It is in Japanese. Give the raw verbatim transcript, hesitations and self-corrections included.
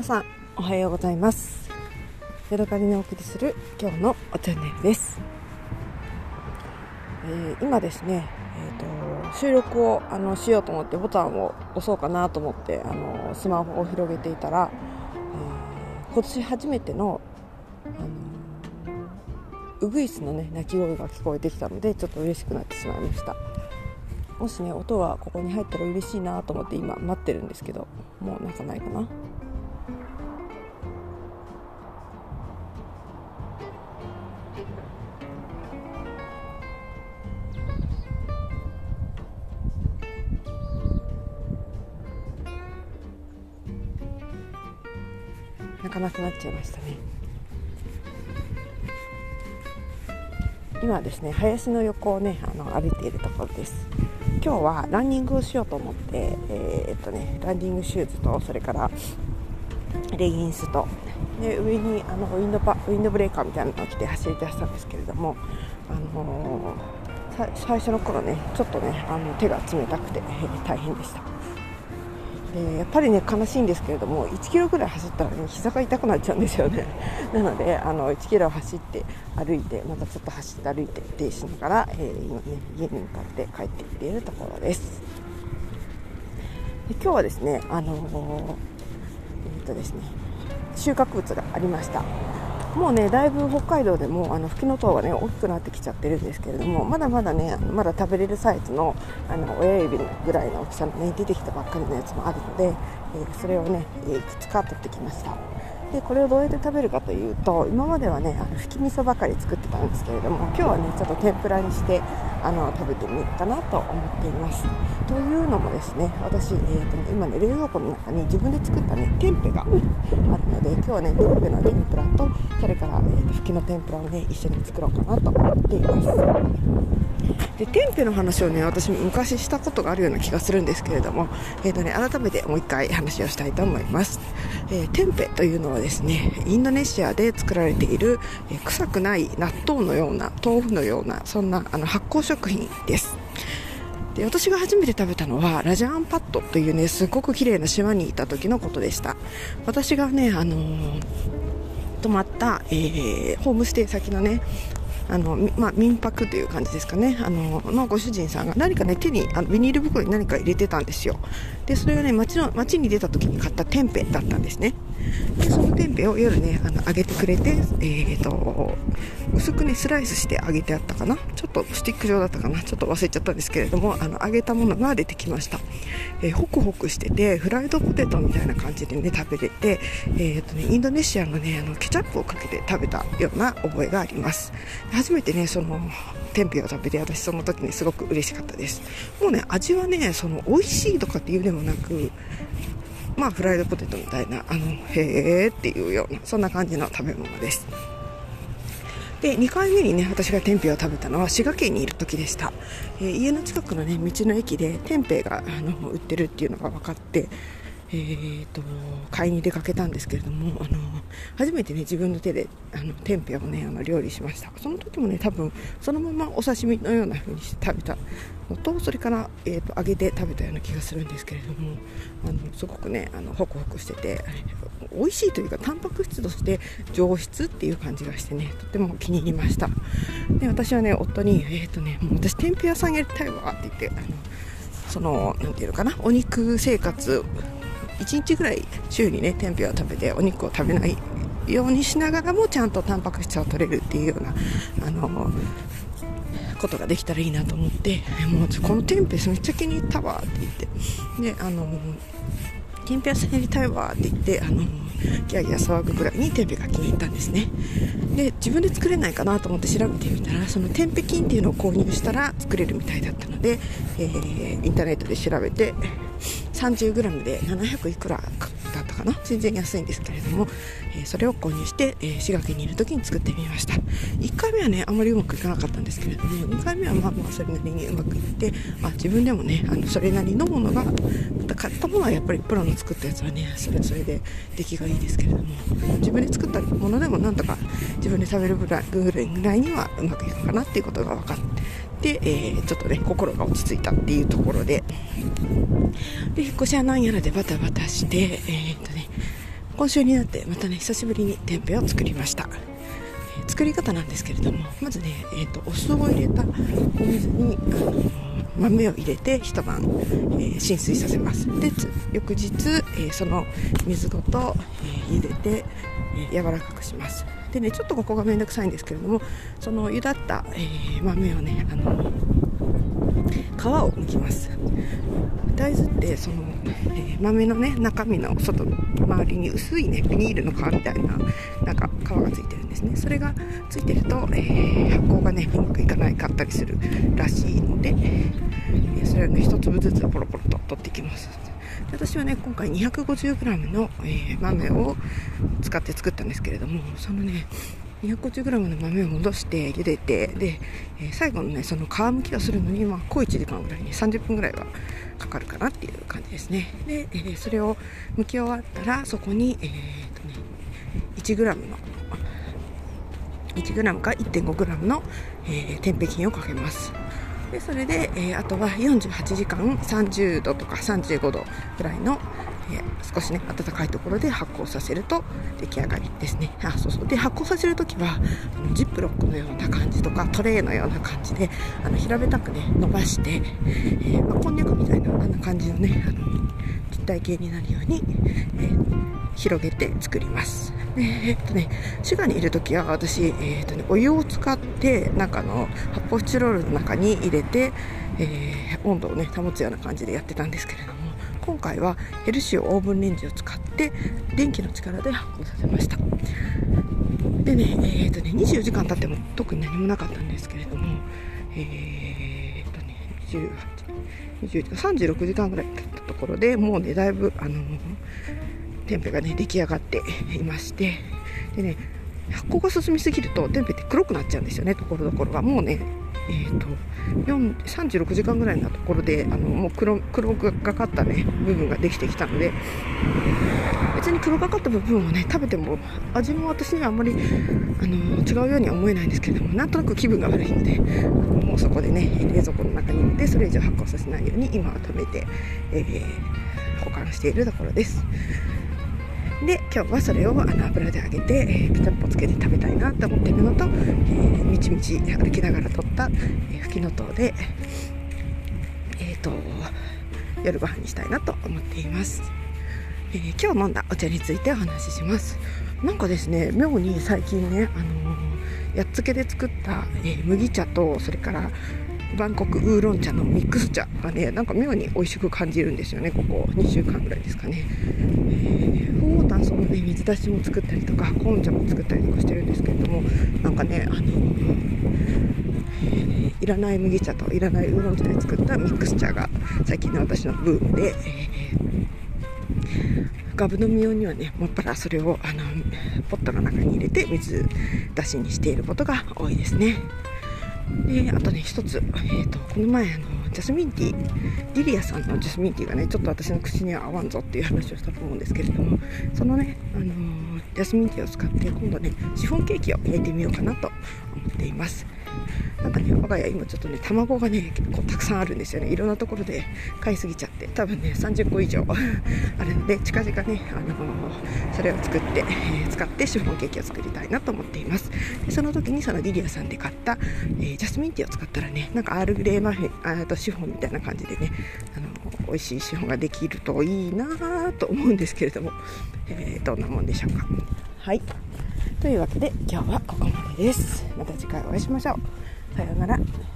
さんおはようございます。ヤドカリのお送りする今日のチャンネルです。えー、今ですね、えー、と収録をあのしようと思ってボタンを押そうかなと思ってあのスマホを広げていたら、えー、今年初めての、あのウグイスの、ね、鳴き声が聞こえてきたのでちょっと嬉しくなってしまいました。もしね音がここに入ったら嬉しいなと思って今待ってるんですけど、もうなんかないかな。鳴かなくなっちゃいましたね。今はですね林の横をねあの歩いているところです。今日はランニングをしようと思って、えーっとね、ランニングシューズとそれからレギンスとで上にあのウィンドパウィンドブレーカーみたいなのを着て走り出したんですけれども、あのー、最初の頃ねちょっとねあの手が冷たくて、えー、大変でした。でやっぱりね悲しいんですけれどもいちキロぐらい走ったらね膝が痛くなっちゃうんですよね。なのであのいちキロ走って歩いてまたちょっと走って歩いて停止しながら、えー、今ね家に向かって帰ってきているところです。で今日はですねあのー、えーとですね収穫物がありました。もうねだいぶ北海道でもあのフキノトウがね大きくなってきちゃってるんですけれども、まだまだねまだ食べれるサイズのあの親指ぐらいの大きさのね出てきたばっかりのやつもあるので、えー、それをねいくつか取ってきました。でこれをどうやって食べるかというと、今まではねあのふき味噌ばかり作ってたんですけれども、今日はねちょっと天ぷらにしてあの食べてみようかなと思っています。というのもですね私、えーとね、今ね冷蔵庫の中に自分で作ったね天ぷがあるので、今日はね天ぷの天ぷらとそれから、えーと、ふきの天ぷらをね一緒に作ろうかなと思っています。で天ぷの話をね私昔したことがあるような気がするんですけれども、えーとね、改めてもう一回話をしたいと思います。えー、天ぷというのはですねインドネシアで作られている、えー、臭くない納豆のような豆腐のようなそんなあの発酵食品です。で私が初めて食べたのはラジャーンパットというねすごく綺麗な島にいた時のことでした。私がね、あのー、泊まった、えー、ホームステイ先のねあの、まあ、民泊という感じですかね、あののご主人さんが何かね手にあのビニール袋に何か入れてたんですよ。でそれがね街の街に出た時に買った天ぷだったんですね。でその天ぷを夜ねあの揚げてくれて、えー、と薄くねスライスして揚げてあったかな、ちょっとスティック状だったかな、ちょっと忘れちゃったんですけれども、あの揚げたものが出てきました。えー、ホクホクしててフライドポテトみたいな感じでね食べれて、えーとね、インドネシアのねあのケチャップをかけて食べたような覚えがあります。初めてねその天ぷを食べて私その時にすごく嬉しかったです。もうね味はねその美味しいとかっていうでもなく、まあフライドポテトみたいなあのへーっていうようなそんな感じの食べ物です。でにかいめにね私が天ぷを食べたのは滋賀県にいる時でした。えー、家の近くのね道の駅で天ぷがあの売ってるっていうのが分かって、えー、と買いに出かけたんですけれども、あの初めてね自分の手であの天ぷをねあの料理しました。その時もね多分そのままお刺身のような風にして食べたのと、それから、えー、と揚げて食べたような気がするんですけれども、あのすごくねあのホクホクしてて美味しいというかタンパク質として上質っていう感じがしてねとても気に入りました。で私はね夫に、えーとね、もう私天ぷ屋さんやりたいわって言って、あのそのなんていうのかなお肉生活いちにちぐらい週にね天ぷを食べてお肉を食べないようにしながらもちゃんとタンパク質を取れるっていうようなあのことができたらいいなと思って、もうこの天ぷめっちゃ気に入ったわって言って、であの天ぷ屋さんやりたいわって言ってあのギャーギャー騒ぐぐらいに天ぷが気に入ったんですね。で自分で作れないかなと思って調べてみたら、その天ぷ菌っていうのを購入したら作れるみたいだったので、えー、インターネットで調べて さんじゅうグラム でななひゃくいくらだったかな、全然安いんですけれども、えー、それを購入して、えー、滋賀県にいる時に作ってみました。いっかいめはねあまりうまくいかなかったんですけれども、にかいめはまあまあそれなりにうまくいって、あ自分でもねあのそれなりのものが、また買ったものはやっぱりプロの作ったやつはねそれそれで出来がいいですけれども、自分で作ったものでもなんとか自分で食べるぐらいぐらいにはうまくいくかなっていうことが分かって、えー、ちょっとね心が落ち着いたっていうところで、で引っ越しはなんやらでバタバタして、えーとね今週になってまたね久しぶりにテンペを作りました。えー、作り方なんですけれども、まずね、えー、とお酢を入れたお水に、あのー、豆を入れて一晩、えー、浸水させます。で翌日、えー、その水ごと、えー、茹でて、えー、柔らかくします。でね、ちょっとここがめんどくさいんですけれども、その茹だった、えー、豆をね、あの皮を剥きます。大豆ってその、えー、豆のね中身の外の周りに薄いねビニールの皮みたいななんか皮がついてるんですね。それがついてると、えー、発酵がねうまくいかないかったりするらしいので、えー、それをね一粒ずつポロポロと取っていきます。で私はね今回 にひゃくごじゅうグラム の、えー、豆を使って作ったんですけれども、そのねにひゃくごじゅうグラム の豆を戻して茹でて、で、えー、最後のねその皮むきをするのに、まあ、小いちじかんぐらいにさんじゅっぷんぐらいはかかるかなっていう感じですね。で、えー、それをむき終わったらそこに、えーとね、いちグラム のいちグラム か いってんごグラム の、えー、天日菌をかけます。でそれで、えー、あとはよんじゅうはちじかんさんじゅうどとかさんじゅうごどぐらいの、えー、少しね暖かいところで発酵させると出来上がりですね。あそうそうで発酵させるときはあのジップロックのような感じとかトレーのような感じであの平べったくね伸ばして、えーまあ、こんにゃくみたいなあんな感じのねあの立体系になるように、えー、広げて作ります。でえーっとね、シュガーに入れるときは私、えーっとね、お湯を使ってなんかの発泡スチロールの中に入れて、えー、温度をね保つような感じでやってたんですけれども、今回はヘルシオオーブンレンジを使って電気の力で発酵させました。でね、えーっとねにじゅうよじかん経っても特に何もなかったんですけれども、えーっとねにじゅうはち、にじゅうじかんさんじゅうろくじかんぐらい経ったところでもうねだいぶあのーテンペがね出来上がっていまして、でね発酵が進みすぎるとテンペって黒くなっちゃうんですよね。ところどころがもうね、えー、とさんじゅうろくじかんぐらいのところであのもう 黒, 黒がかったね部分ができてきたので、別に黒がかった部分をね食べても味も私にはあんまりあの違うようには思えないんですけれども、なんとなく気分が悪いのであのもうそこでね冷蔵庫の中に入れてそれ以上発酵させないように今は止めて、えー、保管しているところです。で今日はそれをあの油で揚げて、えー、ケチャップをつけて食べたいなと思っているのと、えー、みちみち歩きながら撮った、えー、ふきのとうで、えー、と夜ご飯にしたいなと思っています。えー、今日飲んだお茶についてお話しします。なんかですね妙に最近ね、あのー、やっつけで作った、えー、麦茶とそれからバンコクウーロン茶のミックス茶がねなんか妙に美味しく感じるんですよね。ここにしゅうかんぐらいですかね。えー、本タンそのね水出しも作ったりとかコーン茶も作ったりとかしてるんですけれども、なんかねあの、えー、いらない麦茶といらないウーロン茶で作ったミックス茶が最近の私のブームで、えー、ガブ飲み用にはねもっぱらそれをあのポットの中に入れて水出しにしていることが多いですね。であとね一つ、えー、とこの前あのジャスミンティーリリアさんのジャスミンティーがねちょっと私の口には合わんぞっていう話をしたと思うんですけれども、そのね、あのー、ジャスミンティーを使って今度ねシフォンケーキを焼いてみようかなと思っています。なんかね我が家今ちょっとね卵がね結構たくさんあるんですよね。いろんなところで買いすぎちゃって多分ねさんじゅっこ以上あるので近々ね、あのー、それを作って、えー、使ってシフォンケーキを作りたいなと思っています。でその時にそのリリアさんで買った、えー、ジャスミンティーを使ったらねなんかアールグレーマフィンあとシフォンみたいな感じでね、あのー、美味しいシフォンができるといいなと思うんですけれども、えー、どんなもんでしょうか。はいというわけで今日はここまでです。また次回お会いしましょう。さようなら。